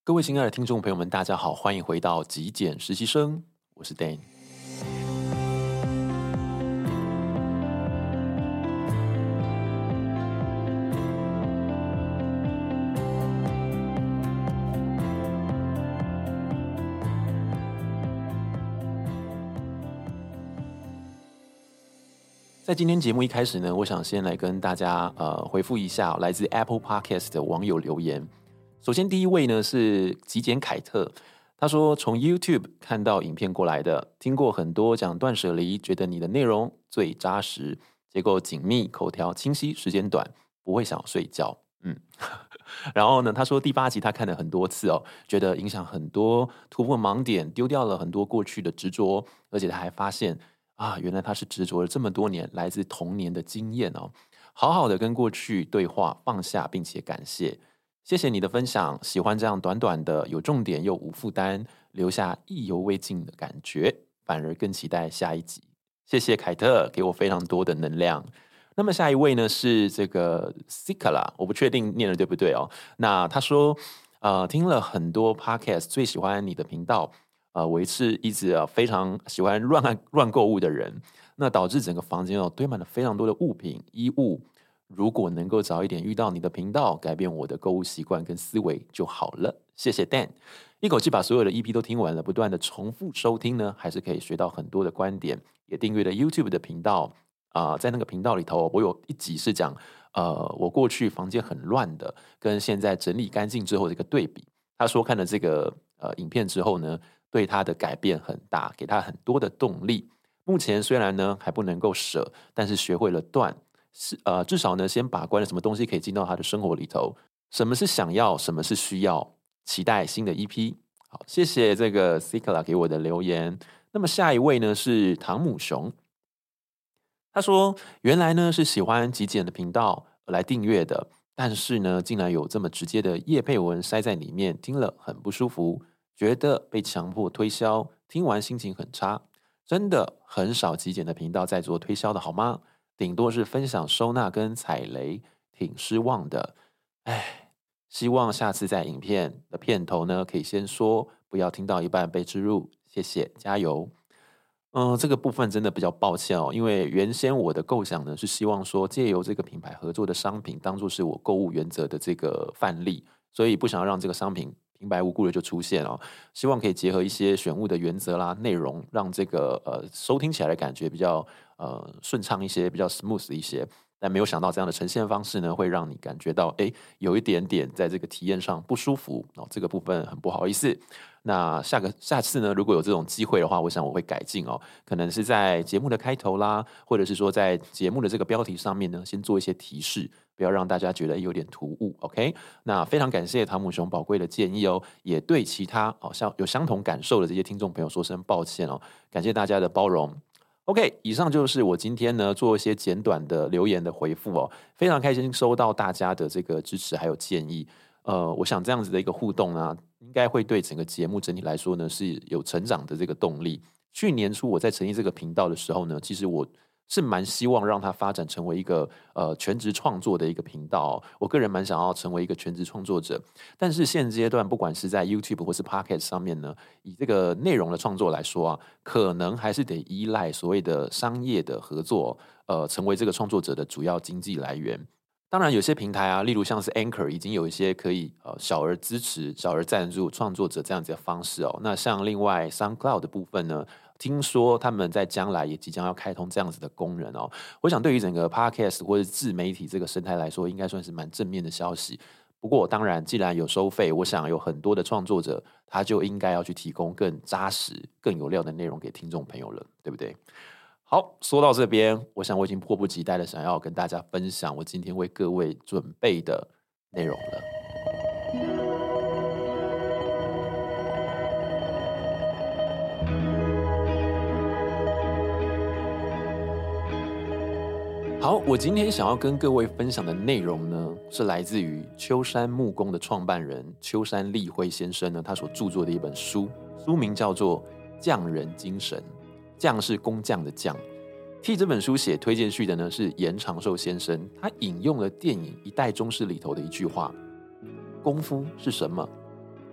各位亲爱的听众朋友们，大家好，欢迎回到极简实习生，我是 Dan。在今天节目一开始呢，我想先来跟大家回复一下来自 Apple Podcast 的网友留言。首先第一位呢是极简凯特，他说从 YouTube 看到影片过来的，听过很多讲断舍离，觉得你的内容最扎实，结构紧密，口条清晰，时间短，不会想睡觉。然后呢，他说第8集他看了很多次哦，觉得影响很多，突破盲点，丢掉了很多过去的执着，而且他还发现原来他是执着了这么多年来自童年的经验哦，好好的跟过去对话，放下并且感谢。谢谢你的分享，喜欢这样短短的有重点又无负担，留下意犹未尽的感觉，反而更期待下一集。谢谢凯特给我非常多的能量。那么下一位呢是这个 Sikala， 我不确定念的对不对哦。那他说听了很多 podcast， 最喜欢你的频道。我是一直非常喜欢乱购物的人，那导致整个房间堆满了非常多的物品衣物。如果能够早一点遇到你的频道，改变我的购物习惯跟思维就好了。谢谢 Dan， 一口气把所有的 EP 都听完了，不断的重复收听呢，还是可以学到很多的观点。也订阅了 YouTube 的频道在那个频道里头，我有一集是讲我过去房间很乱的，跟现在整理干净之后的一个对比。他说看了这个影片之后呢，对他的改变很大，给他很多的动力。目前虽然呢还不能够舍，但是学会了断。至少呢，先把关了什么东西可以进到他的生活里头，什么是想要，什么是需要，期待新的 EP。好，谢谢这个 Sikala 给我的留言。那么下一位呢是唐姆熊，他说原来呢是喜欢极简的频道来订阅的，但是呢竟然有这么直接的业配文塞在里面，听了很不舒服，觉得被强迫推销，听完心情很差。真的很少极简的频道在做推销的好吗？顶多是分享收纳跟踩雷，挺失望的。希望下次在影片的片头呢，可以先说，不要听到一半被植入。谢谢，加油。这个部分真的比较抱歉哦，因为原先我的构想呢是希望说借由这个品牌合作的商品当做是我购物原则的这个范例，所以不想要让这个商品平白无故的就出现哦，希望可以结合一些选物的原则啦、内容，让这个收听起来的感觉比较顺畅一些，比较 smooth 一些。但没有想到这样的呈现方式呢，会让你感觉到有一点点在这个体验上不舒服哦，这个部分很不好意思。那下次呢，如果有这种机会的话，我想我会改进哦，可能是在节目的开头啦，或者是说在节目的这个标题上面呢，先做一些提示，不要让大家觉得有点突兀。OK， 那非常感谢唐姆熊宝贵的建议哦，也对其他有相同感受的这些听众朋友说声抱歉哦，感谢大家的包容。OK， 以上就是我今天呢做一些简短的留言的回复哦，非常开心收到大家的这个支持还有建议。我想这样子的一个互动呢，应该会对整个节目整体来说呢是有成长的这个动力。去年初我在成立这个频道的时候呢，其实我是蛮希望让它发展成为一个全职创作的一个频道哦，我个人蛮想要成为一个全职创作者。但是现阶段不管是在 YouTube 或是 Podcast 上面呢，以这个内容的创作来说可能还是得依赖所谓的商业的合作成为这个创作者的主要经济来源。当然有些平台例如像是 Anchor 已经有一些可以小额支持、小额赞助创作者这样子的方式哦。那像另外 SoundCloud 的部分呢，听说他们在将来也即将要开通这样子的功能哦。我想对于整个 Podcast 或者自媒体这个生态来说，应该算是蛮正面的消息。不过当然既然有收费，我想有很多的创作者他就应该要去提供更扎实、更有料的内容给听众朋友了，对不对？好，说到这边，我想我已经迫不及待的想要跟大家分享我今天为各位准备的内容了。好，我今天想要跟各位分享的内容呢，是来自于秋山木工的创办人秋山立辉先生呢，他所著作的一本书，书名叫做《匠人精神》。匠是工匠的匠，替这本书写推荐序的呢是严长寿先生，他引用了电影《一代宗师》里头的一句话：功夫是什么？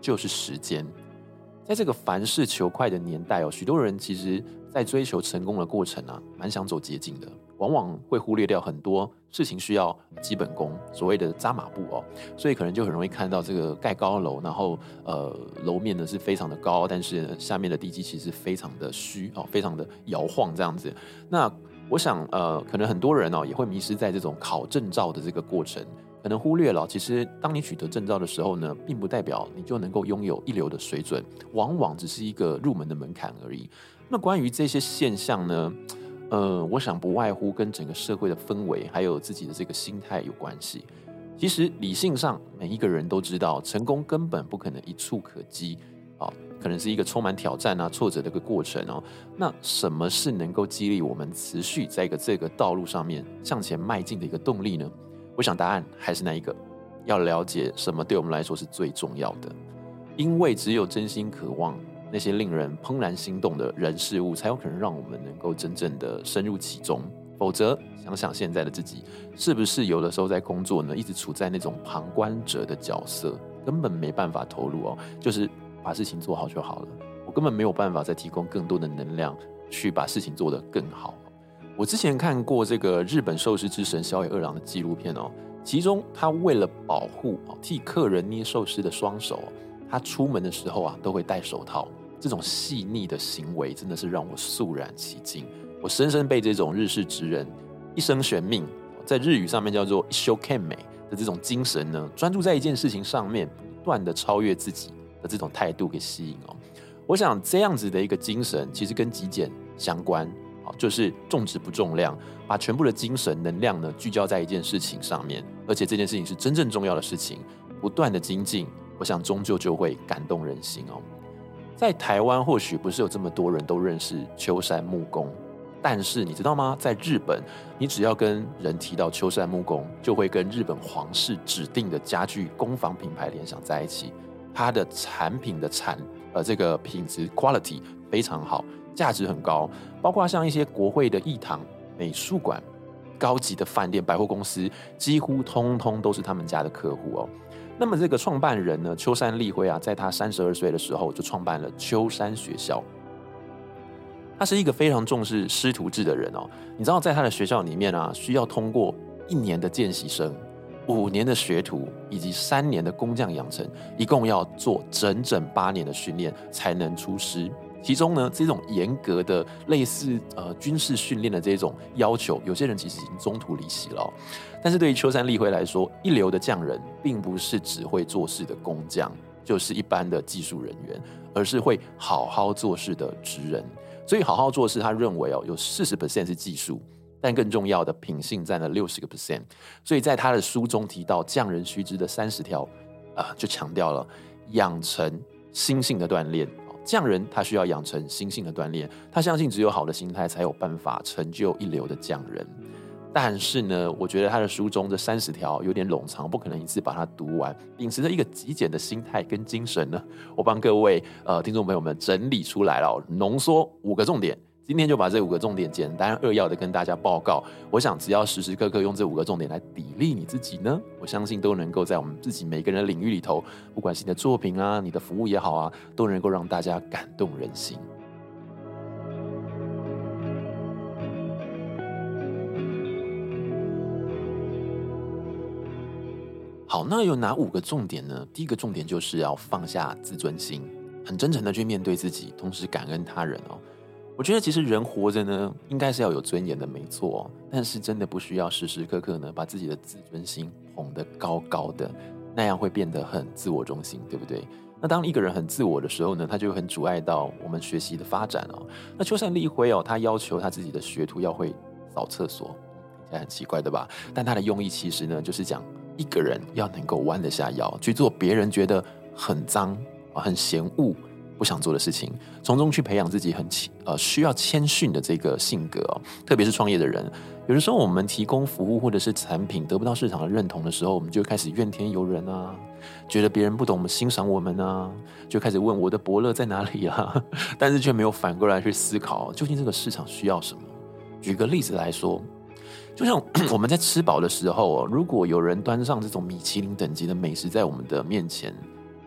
就是时间。在这个凡事求快的年代许多人其实在追求成功的过程蛮想走捷径的，往往会忽略掉很多事情需要基本功，所谓的扎马步所以可能就很容易看到这个盖高楼，然后楼面呢是非常的高，但是下面的地基其实非常的虚非常的摇晃这样子。那我想可能很多人也会迷失在这种考证照的这个过程，可能忽略了其实当你取得证照的时候呢，并不代表你就能够拥有一流的水准，往往只是一个入门的门槛而已。那关于这些现象呢，我想不外乎跟整个社会的氛围还有自己的这个心态有关系。其实理性上每一个人都知道成功根本不可能一触可及可能是一个充满挑战挫折的一个过程那什么是能够激励我们持续在这个道路上面向前迈进的一个动力呢？我想答案还是那一个，要了解什么对我们来说是最重要的。因为只有真心渴望那些令人怦然心动的人事物，才有可能让我们能够真正的深入其中。否则想想现在的自己，是不是有的时候在工作呢，一直处在那种旁观者的角色，根本没办法投入就是把事情做好就好了，我根本没有办法再提供更多的能量去把事情做得更好。我之前看过这个日本寿司之神小野二郎的纪录片其中他为了保护替客人捏寿司的双手，他出门的时候都会戴手套。这种细腻的行为真的是让我肃然起敬，我深深被这种日式职人一生悬命，在日语上面叫做一生懸命的这种精神呢，专注在一件事情上面，不断的超越自己的这种态度给吸引我想这样子的一个精神其实跟极简相关，就是重质不重量，把全部的精神能量呢聚焦在一件事情上面，而且这件事情是真正重要的事情，不断的精进，我想终究就会感动人心在台湾或许不是有这么多人都认识秋山木工，但是你知道吗？在日本，你只要跟人提到秋山木工，就会跟日本皇室指定的家具工坊品牌联想在一起。它的产品的这个品质 quality 非常好，价值很高，包括像一些国会的议堂、美术馆、高级的饭店、百货公司，几乎通通都是他们家的客户那么这个创办人呢，秋山立辉在他32岁的时候就创办了秋山学校。他是一个非常重视师徒制的人你知道在他的学校里面需要通过1年的见习生、5年的学徒以及3年的工匠养成，一共要做整整8年的训练才能出师。其中呢，这种严格的类似军事训练的这种要求，有些人其实已经中途离席了但是对于秋山立辉来说，一流的匠人并不是只会做事的工匠，就是一般的技术人员，而是会好好做事的职人。所以好好做事，他认为有40% 是技术，但更重要的品性占了60%。所以在他的书中提到匠人须知的30条就强调了养成心性的锻炼。匠人他需要养成心性的锻炼，他相信只有好的心态才有办法成就一流的匠人。但是呢，我觉得他的书中这30条有点冗长，不可能一次把它读完。秉持着一个极简的心态跟精神呢，我帮各位听众朋友们整理出来了，浓缩5个重点。今天就把这5个重点简单扼要的跟大家报告。我想只要时时刻刻用这5个重点来砥砺你自己呢，我相信都能够在我们自己每个人的领域里头，不管是你的作品你的服务也好都能够让大家感动人心。好，那有哪5个重点呢？第一个重点就是要放下自尊心，很真诚的去面对自己，同时感恩他人我觉得其实人活着呢，应该是要有尊严的，没错但是真的不需要时时刻刻呢把自己的自尊心捧得高高的，那样会变得很自我中心，对不对？那当一个人很自我的时候呢，他就会很阻碍到我们学习的发展那秋山立辉他要求他自己的学徒要会扫厕所，听起来很奇怪对吧？但他的用意其实呢，就是讲一个人要能够弯得下腰去做别人觉得很脏很嫌恶不想做的事情，从中去培养自己需要谦逊的这个性格特别是创业的人，有的时候我们提供服务或者是产品得不到市场的认同的时候，我们就开始怨天尤人觉得别人不懂我们欣赏我们就开始问我的伯乐在哪里但是却没有反过来去思考究竟这个市场需要什么。举个例子来说，就像我们在吃饱的时候如果有人端上这种米其林等级的美食在我们的面前，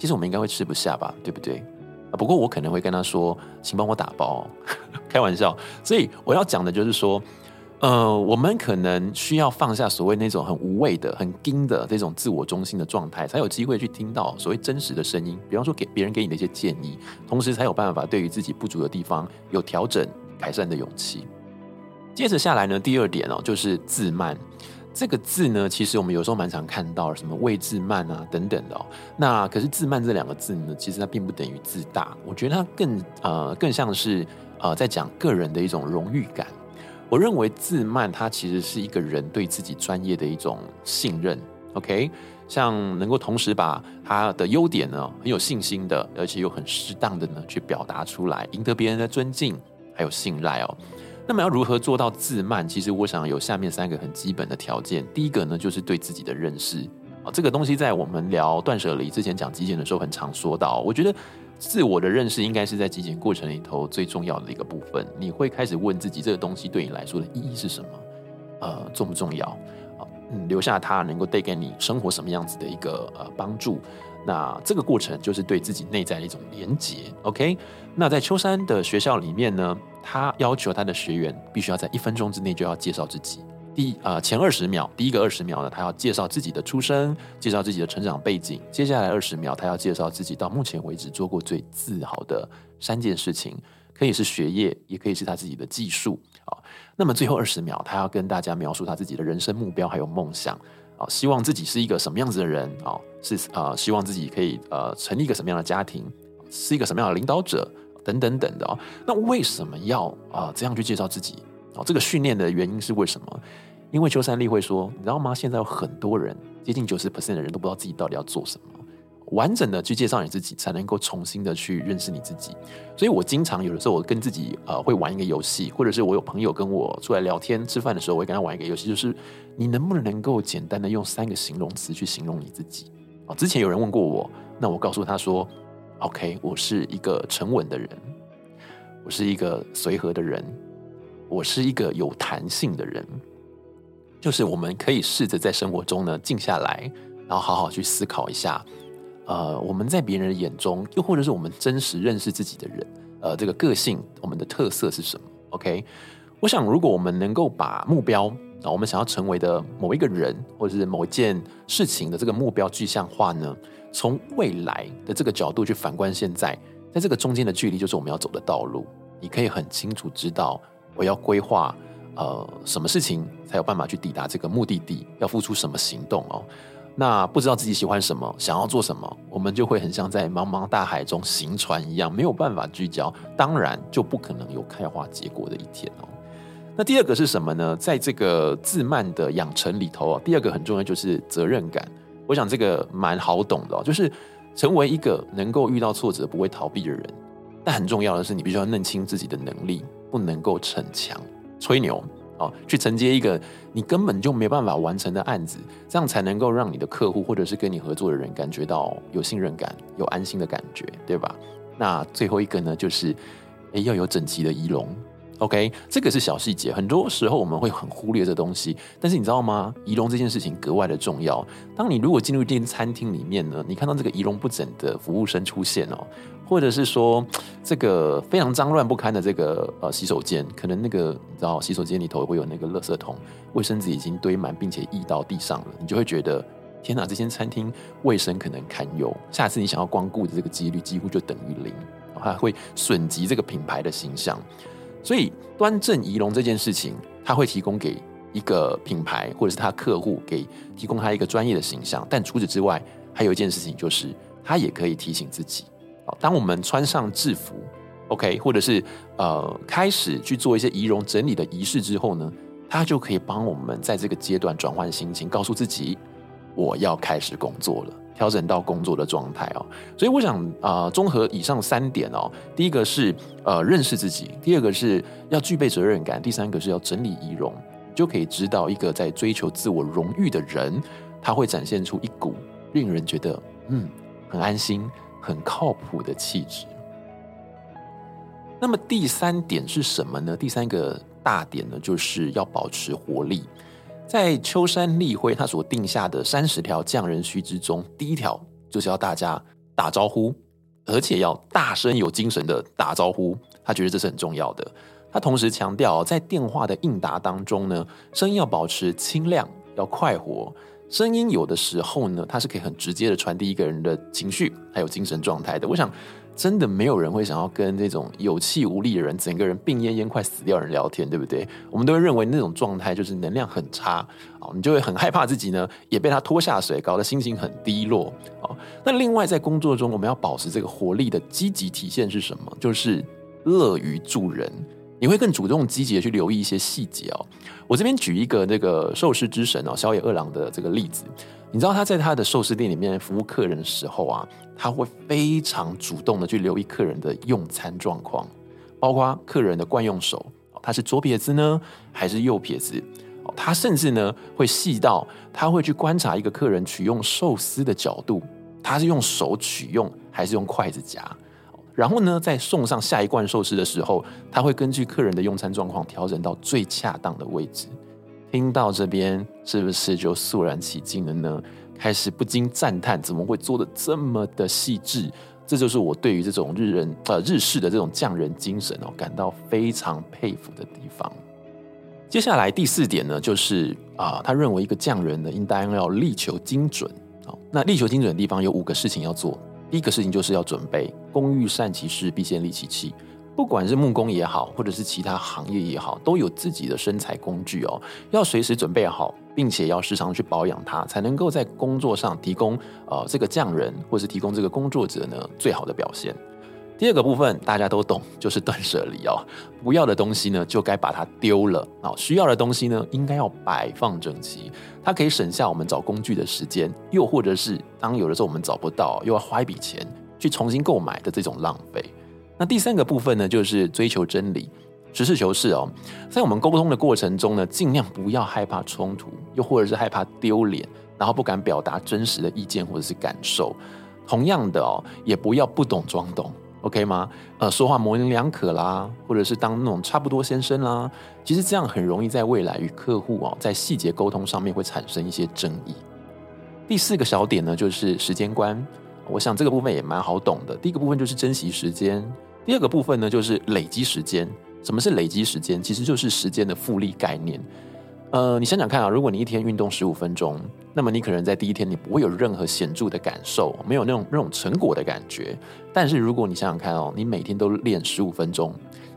其实我们应该会吃不下吧，对不对？不过我可能会跟他说，请帮我打包，开玩笑。所以我要讲的就是说，我们可能需要放下所谓那种很无谓的、很硬的这种自我中心的状态，才有机会去听到所谓真实的声音。比方说，给别人给你的一些建议，同时才有办法对于自己不足的地方有调整、改善的勇气。接着下来呢，第二点就是自慢。这个字呢，其实我们有时候蛮常看到什么畏自慢啊等等的那可是自慢这两个字呢，其实它并不等于自大。我觉得它更像是在讲个人的一种荣誉感。我认为自慢它其实是一个人对自己专业的一种信任。OK， 像能够同时把他的优点呢很有信心的，而且又很适当的呢去表达出来，赢得别人的尊敬还有信赖那么要如何做到自慢？其实我想有下面3个很基本的条件。第一个呢，就是对自己的认识这个东西在我们聊断舍离之前讲极简的时候很常说到。我觉得自我的认识应该是在极简过程里头最重要的一个部分。你会开始问自己，这个东西对你来说的意义是什么？重不重要？留下它能够带给你生活什么样子的一个帮助？那这个过程就是对自己内在的一种连结 OK， 那在秋山的学校里面呢，他要求他的学员必须要在1分钟之内就要介绍自己。前20秒，第一个20秒呢，他要介绍自己的出生，介绍自己的成长背景。接下来20秒，他要介绍自己到目前为止做过最自豪的3件事情，可以是学业，也可以是他自己的技术。那么最后20秒，他要跟大家描述他自己的人生目标还有梦想。希望自己是一个什么样子的人是希望自己可以成立一个什么样的家庭，是一个什么样的领导者等等等的那为什么要这样去介绍自己这个训练的原因是为什么？因为秋山立会说，你知道吗？现在有很多人，接近90% 的人都不知道自己到底要做什么。完整的去介绍你自己，才能够重新的去认识你自己。所以我经常有的时候，我跟自己会玩一个游戏，或者是我有朋友跟我出来聊天吃饭的时候，我会跟他玩一个游戏，就是你能不能够简单的用3个形容词去形容你自己之前有人问过我，那我告诉他说 OK， 我是一个沉稳的人，我是一个随和的人，我是一个有弹性的人。就是我们可以试着在生活中呢静下来，然后好好去思考一下我们在别人的眼中，又或者是我们真实认识自己的人这个个性，我们的特色是什么 OK， 我想如果我们能够把目标我们想要成为的某一个人或者是某一件事情的这个目标具象化呢，从未来的这个角度去反观现在，在这个中间的距离就是我们要走的道路。你可以很清楚知道我要规划什么事情才有办法去抵达这个目的地，要付出什么行动那不知道自己喜欢什么，想要做什么，我们就会很像在茫茫大海中行船一样，没有办法聚焦，当然就不可能有开花结果的一天那第二个是什么呢？在这个自慢的养成里头第二个很重要就是责任感。我想这个蛮好懂的就是成为一个能够遇到挫折不会逃避的人。但很重要的是，你必须要认清自己的能力，不能够逞强吹牛去承接一个你根本就没办法完成的案子，这样才能够让你的客户或者是跟你合作的人感觉到有信任感，有安心的感觉，对吧？那最后一个呢，就是要有整齐的仪容。OK， 这个是小细节，很多时候我们会很忽略这东西，但是你知道吗？仪容这件事情格外的重要。当你如果进入一间餐厅里面呢，你看到这个仪容不整的服务生出现或者是说这个非常脏乱不堪的这个洗手间，可能那个你知道洗手间里头会有那个垃圾桶，卫生纸已经堆满并且溢到地上了，你就会觉得天哪，这间餐厅卫生可能堪忧，下次你想要光顾的这个几率几乎就等于0，它会损及这个品牌的形象。所以端正仪容这件事情，它会提供给一个品牌或者是他客户提供他一个专业的形象，但除此之外还有一件事情，就是他也可以提醒自己当我们穿上制服 OK， 或者是开始去做一些仪容整理的仪式之后呢，它就可以帮我们在这个阶段转换心情，告诉自己我要开始工作了，调整到工作的状态所以我想综合以上3点第一个是认识自己，第二个是要具备责任感，第三个是要整理仪容，就可以知道一个在追求自我荣誉的人，他会展现出一股令人觉得很安心很靠谱的气质。那么第3点是什么呢？第3个大点呢，就是要保持活力。在秋山立辉他所定下的30条匠人须知中，第1条就是要大家打招呼，而且要大声有精神的打招呼，他觉得这是很重要的。他同时强调，在电话的应答当中呢，声音要保持清亮，要快活。声音有的时候呢，它是可以很直接的传递一个人的情绪还有精神状态的。我想真的没有人会想要跟这种有气无力的人，整个人病恹恹快死掉的人聊天，对不对？我们都会认为那种状态就是能量很差，你就会很害怕自己呢也被他拖下水，搞得心情很低落。那另外在工作中我们要保持这个活力的积极体现是什么？就是乐于助人。你会更主动积极的去留意一些细节哦。我这边举一个那个寿司之神小野二郎的这个例子，你知道他在他的寿司店里面服务客人的时候啊，他会非常主动的去留意客人的用餐状况，包括客人的惯用手，他是左撇子呢还是右撇子？他甚至呢会细到他会去观察一个客人取用寿司的角度，他是用手取用还是用筷子夹？然后呢，在送上下一罐寿司的时候，他会根据客人的用餐状况调整到最恰当的位置。听到这边，是不是就肃然起敬了呢？开始不禁赞叹，怎么会做得这么的细致？这就是我对于这种日式的这种匠人精神感到非常佩服的地方。接下来第4点呢，就是他认为一个匠人呢，应当要力求精准。那力求精准的地方有5个事情要做。第一个事情就是要准备，工欲善其事，必先利其器。不管是木工也好，或者是其他行业也好，都有自己的生财工具要随时准备好，并且要时常去保养它，才能够在工作上提供这个匠人或是提供这个工作者呢最好的表现。第2个部分大家都懂，就是断舍离不要的东西呢就该把它丢了需要的东西呢应该要摆放整齐，它可以省下我们找工具的时间，又或者是当有的时候我们找不到，又要花一笔钱去重新购买的这种浪费。那第3个部分呢，就是追求真理，实事求是在我们沟通的过程中呢，尽量不要害怕冲突，又或者是害怕丢脸，然后不敢表达真实的意见或者是感受。同样的也不要不懂装懂，OK 吗？说话模棱两可啦，或者是当那种差不多先生啦，其实这样很容易在未来与客户在细节沟通上面会产生一些争议。第4个小点呢，就是时间观。我想这个部分也蛮好懂的。第一个部分就是珍惜时间，第2个部分呢就是累积时间。什么是累积时间？其实就是时间的复利概念。你想想看如果你一天运动15分钟，那么你可能在第一天你不会有任何显著的感受，没有那种成果的感觉。但是如果你想想看你每天都练15分钟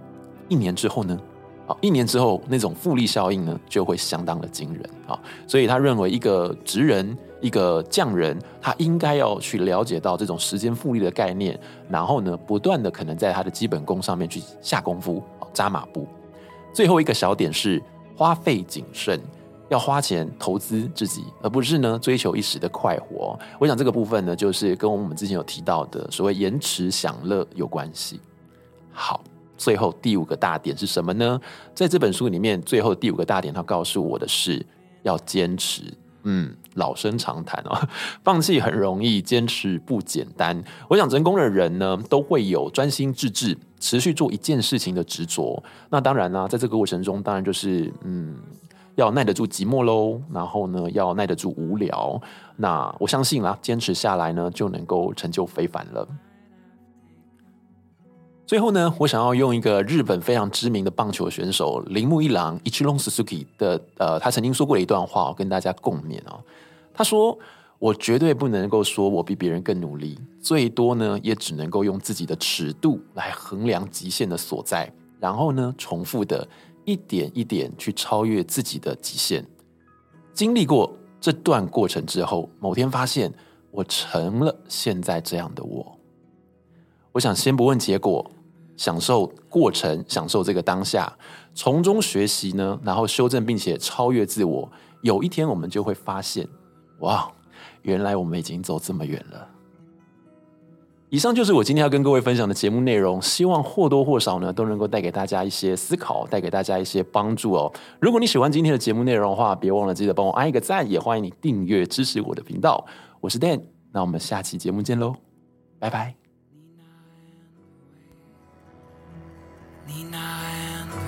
，1年之后呢？1年之后那种复利效应呢就会相当的惊人所以他认为一个职人一个匠人，他应该要去了解到这种时间复利的概念，然后呢不断的可能在他的基本功上面去下功夫扎马步。最后一个小点是花费谨慎，要花钱投资自己，而不是呢追求一时的快活。我想这个部分呢就是跟我们之前有提到的所谓延迟享乐有关系。好，最后第5个大点是什么呢？在这本书里面最后第5个大点他告诉我的是要坚持。老生常谈放弃很容易，坚持不简单。我想成功的人呢都会有专心致志持续做一件事情的执着。那当然在这个过程中当然就是要耐得住寂寞咯，然后呢要耐得住无聊。那我相信坚持下来呢就能够成就非凡了。最后呢，我想要用一个日本非常知名的棒球选手铃木一郎 Ichiro Suzuki 的他曾经说过的一段话跟大家共勉他说：我绝对不能够说我比别人更努力，最多呢也只能够用自己的尺度来衡量极限的所在，然后呢重复的一点一点去超越自己的极限。经历过这段过程之后，某天发现我成了现在这样的我。我想先不问结果，享受过程，享受这个当下，从中学习呢，然后修正并且超越自我。有一天我们就会发现，哇，原来我们已经走这么远了。以上就是我今天要跟各位分享的节目内容，希望或多或少呢都能够带给大家一些思考，带给大家一些帮助如果你喜欢今天的节目内容的话，别忘了记得帮我按一个赞，也欢迎你订阅支持我的频道。我是 Dan， 那我们下期节目见咯，拜拜。你那样